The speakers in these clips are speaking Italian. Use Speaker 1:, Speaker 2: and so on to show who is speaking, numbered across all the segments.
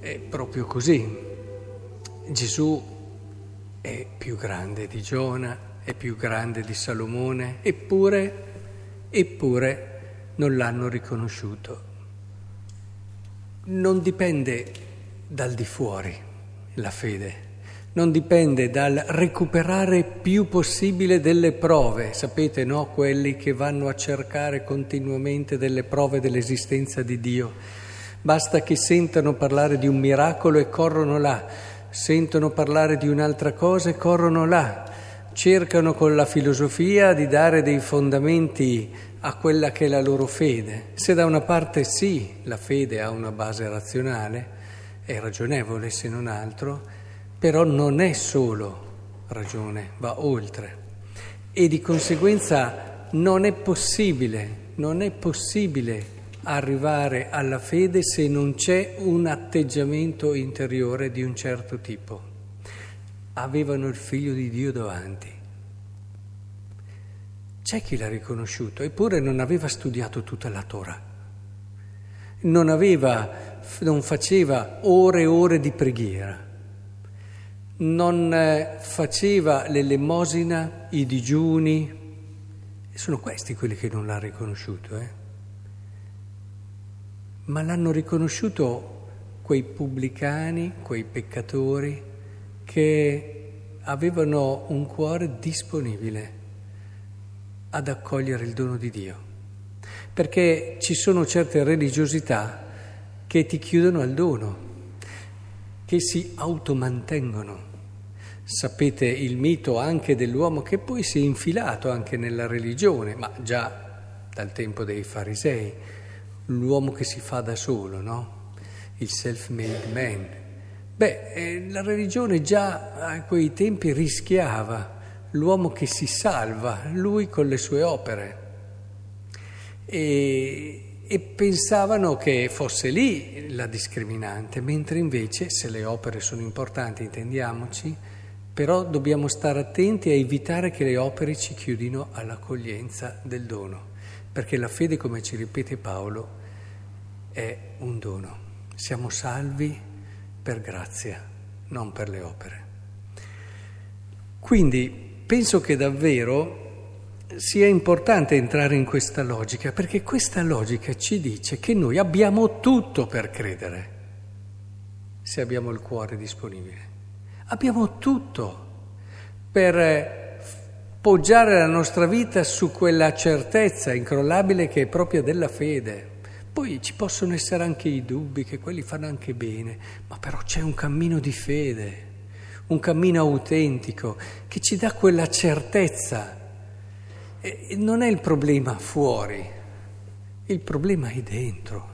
Speaker 1: È proprio così. Gesù è più grande di Giona, è più grande di Salomone, eppure non l'hanno riconosciuto. Non dipende dal di fuori la fede, non dipende dal recuperare più possibile delle prove, sapete, no? Quelli che vanno a cercare continuamente delle prove dell'esistenza di Dio. Basta che sentano parlare di un miracolo e corrono là, sentono parlare di un'altra cosa e corrono là, cercano con la filosofia di dare dei fondamenti a quella che è la loro fede. Se da una parte sì, la fede ha una base razionale, è ragionevole se non altro, però non è solo ragione, va oltre. E di conseguenza non è possibile arrivare alla fede se non c'è un atteggiamento interiore di un certo tipo. Avevano il Figlio di Dio davanti. C'è chi l'ha riconosciuto, eppure non aveva studiato tutta la Torah, non faceva ore e ore di preghiera, non faceva l'elemosina, i digiuni, e sono questi quelli che non l'hanno riconosciuto, Ma l'hanno riconosciuto quei pubblicani, quei peccatori che avevano un cuore disponibile ad accogliere il dono di Dio, perché ci sono certe religiosità che ti chiudono al dono, che si automantengono. Sapete il mito anche dell'uomo che poi si è infilato anche nella religione, ma già dal tempo dei farisei, l'uomo che si fa da solo, no? Il self-made man. La religione già a quei tempi rischiava l'uomo che si salva, lui con le sue opere. E pensavano che fosse lì la discriminante, mentre invece, se le opere sono importanti, intendiamoci, però dobbiamo stare attenti a evitare che le opere ci chiudino all'accoglienza del dono, perché la fede, come ci ripete Paolo, è un dono. Siamo salvi per grazia, non per le opere. Quindi penso che davvero sia importante entrare in questa logica, perché questa logica ci dice che noi abbiamo tutto per credere, se abbiamo il cuore disponibile. Abbiamo tutto per poggiare la nostra vita su quella certezza incrollabile che è propria della fede. Poi ci possono essere anche i dubbi, che quelli fanno anche bene, ma però c'è un cammino di fede, un cammino autentico che ci dà quella certezza. E non è il problema fuori, il problema è dentro.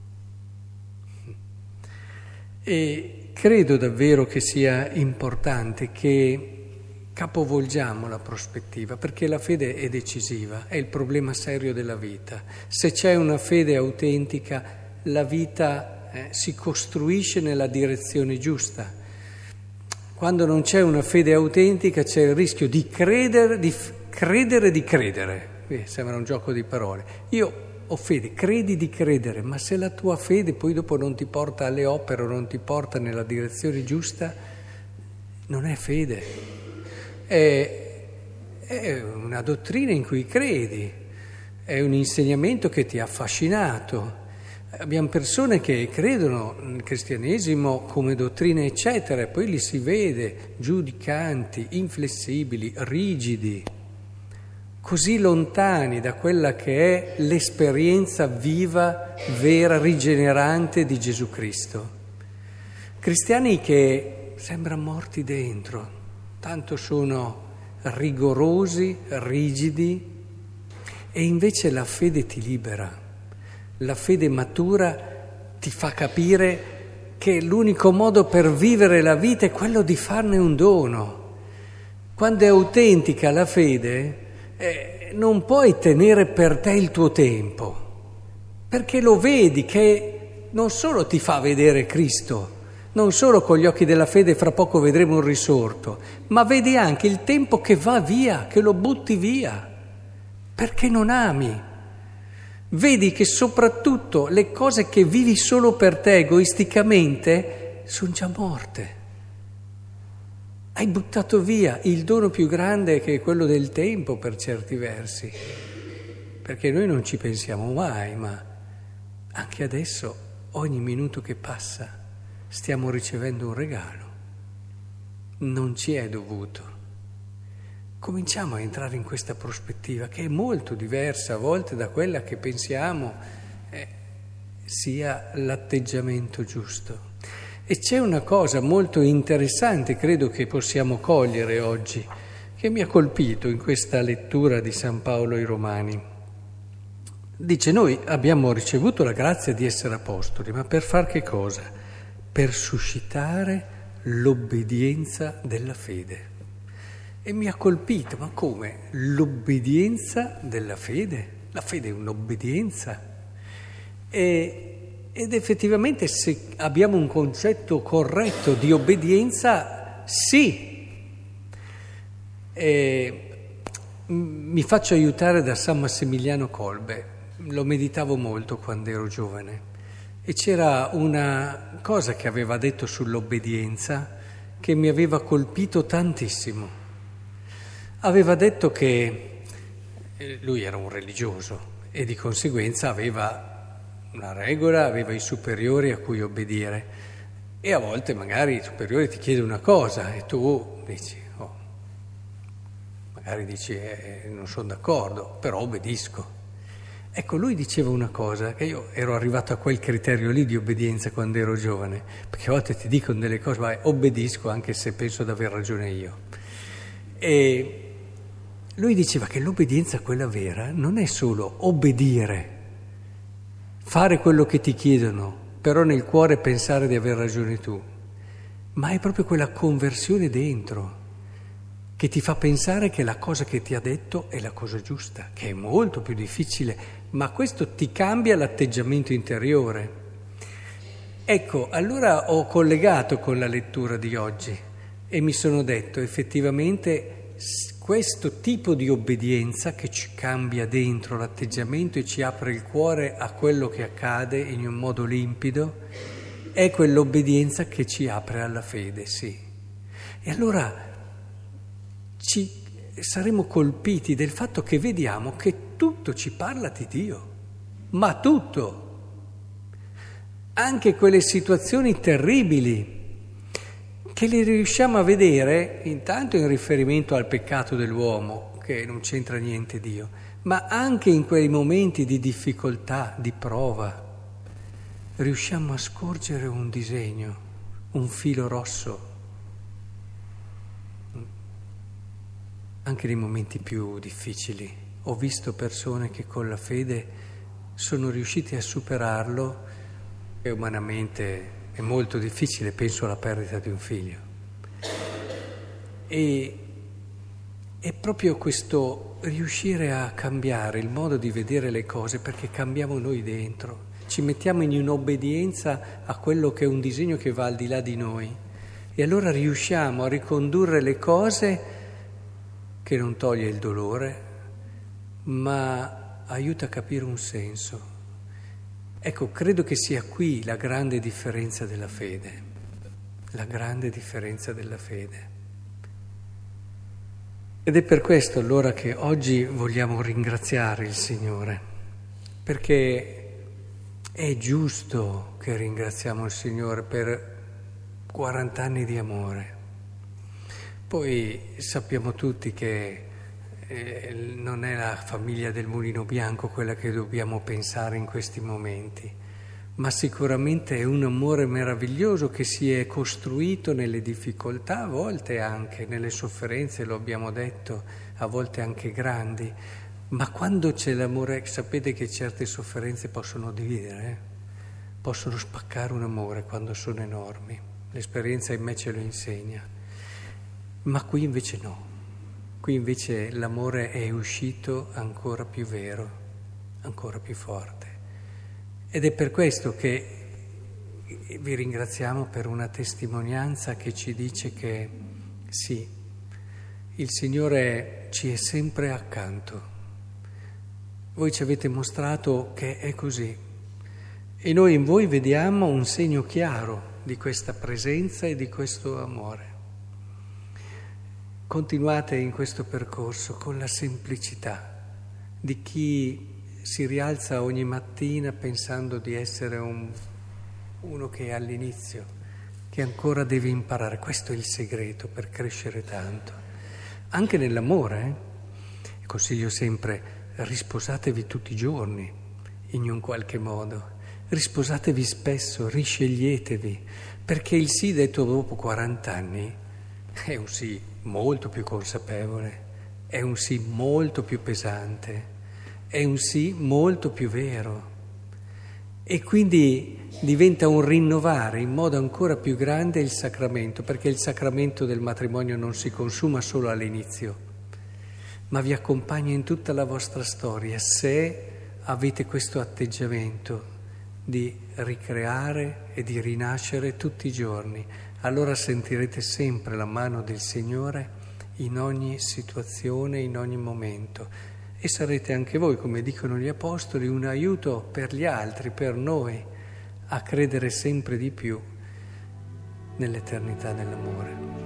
Speaker 1: E credo davvero che sia importante che capovolgiamo la prospettiva, perché la fede è decisiva, è il problema serio della vita. Se c'è una fede autentica, la vita si costruisce nella direzione giusta. Quando non c'è una fede autentica c'è il rischio di credere. Sembra un gioco di parole. Io ho fede, credi di credere, ma se la tua fede poi dopo non ti porta alle opere o non ti porta nella direzione giusta, non è fede. È una dottrina in cui credi, è un insegnamento che ti ha affascinato. Abbiamo persone che credono nel cristianesimo come dottrina eccetera, e poi li si vede giudicanti, inflessibili, rigidi, così lontani da quella che è l'esperienza viva, vera, rigenerante di Gesù Cristo. Cristiani che sembrano morti dentro, tanto sono rigorosi, rigidi, e invece la fede ti libera. La fede matura ti fa capire che l'unico modo per vivere la vita è quello di farne un dono. Quando è autentica la fede, non puoi tenere per te il tuo tempo, perché lo vedi che non solo ti fa vedere Cristo, non solo con gli occhi della fede fra poco vedremo un risorto, ma vedi anche il tempo che va via, che lo butti via, perché non ami. Vedi che soprattutto le cose che vivi solo per te egoisticamente sono già morte. Hai buttato via il dono più grande che è quello del tempo per certi versi, perché noi non ci pensiamo mai, ma anche adesso, ogni minuto che passa, stiamo ricevendo un regalo. Non ci è dovuto. Cominciamo a entrare in questa prospettiva che è molto diversa a volte da quella che pensiamo sia l'atteggiamento giusto. E c'è una cosa molto interessante, credo che possiamo cogliere oggi, che mi ha colpito in questa lettura di San Paolo ai Romani. Dice: noi abbiamo ricevuto la grazia di essere apostoli, ma per far che cosa? Per suscitare l'obbedienza della fede. E mi ha colpito, ma come? L'obbedienza della fede? La fede è un'obbedienza. Ed effettivamente, se abbiamo un concetto corretto di obbedienza, sì. Mi faccio aiutare da San Massimiliano Kolbe, lo meditavo molto quando ero giovane, e c'era una cosa che aveva detto sull'obbedienza che mi aveva colpito tantissimo. Aveva detto che lui era un religioso e di conseguenza aveva una regola, aveva i superiori a cui obbedire, e a volte magari il superiore ti chiede una cosa e tu dici, magari dici non sono d'accordo, però obbedisco. Ecco, lui diceva una cosa, che io ero arrivato a quel criterio lì di obbedienza quando ero giovane, perché a volte ti dicono delle cose, ma obbedisco anche se penso di aver ragione io. E lui diceva che l'obbedienza, quella vera, non è solo obbedire, fare quello che ti chiedono, però nel cuore pensare di aver ragione tu, ma è proprio quella conversione dentro che ti fa pensare che la cosa che ti ha detto è la cosa giusta, che è molto più difficile, ma questo ti cambia l'atteggiamento interiore. Ecco, allora ho collegato con la lettura di oggi e mi sono detto, effettivamente, questo tipo di obbedienza che ci cambia dentro l'atteggiamento e ci apre il cuore a quello che accade in un modo limpido, è quell'obbedienza che ci apre alla fede, sì. E allora saremo colpiti del fatto che vediamo che tutto ci parla di Dio, ma tutto, anche quelle situazioni terribili che le riusciamo a vedere intanto in riferimento al peccato dell'uomo, che non c'entra niente Dio, ma anche in quei momenti di difficoltà, di prova, riusciamo a scorgere un disegno, un filo rosso. Anche nei momenti più difficili ho visto persone che con la fede sono riusciti a superarlo, e umanamente è molto difficile, penso alla perdita di un figlio. E è proprio questo riuscire a cambiare il modo di vedere le cose, perché cambiamo noi dentro, ci mettiamo in un'obbedienza a quello che è un disegno che va al di là di noi, e allora riusciamo a ricondurre le cose che non toglie il dolore, ma aiuta a capire un senso. Ecco, credo che sia qui la grande differenza della fede, la grande differenza della fede. Ed è per questo allora che oggi vogliamo ringraziare il Signore, perché è giusto che ringraziamo il Signore per 40 anni di amore. Poi sappiamo tutti che non è la famiglia del Mulino Bianco quella che dobbiamo pensare in questi momenti, ma sicuramente è un amore meraviglioso che si è costruito nelle difficoltà, a volte anche nelle sofferenze, lo abbiamo detto, a volte anche grandi, ma quando c'è l'amore, sapete che certe sofferenze possono dividere, possono spaccare un amore quando sono enormi, l'esperienza in me ce lo insegna. Ma qui invece no, qui invece l'amore è uscito ancora più vero, ancora più forte. Ed è per questo che vi ringraziamo per una testimonianza che ci dice che sì, il Signore ci è sempre accanto. Voi ci avete mostrato che è così e noi in voi vediamo un segno chiaro di questa presenza e di questo amore. Continuate in questo percorso con la semplicità di chi si rialza ogni mattina pensando di essere uno che è all'inizio, che ancora deve imparare. Questo è il segreto per crescere tanto. Anche nell'amore, consiglio sempre, risposatevi tutti i giorni, in un qualche modo. Risposatevi spesso, risceglietevi, perché il sì detto dopo 40 anni è un sì molto più consapevole, è un sì molto più pesante, è un sì molto più vero. E quindi diventa un rinnovare in modo ancora più grande il sacramento, perché il sacramento del matrimonio non si consuma solo all'inizio, ma vi accompagna in tutta la vostra storia, se avete questo atteggiamento di ricreare e di rinascere tutti i giorni. Allora sentirete sempre la mano del Signore in ogni situazione, in ogni momento. E sarete anche voi, come dicono gli Apostoli, un aiuto per gli altri, per noi, a credere sempre di più nell'eternità dell'amore.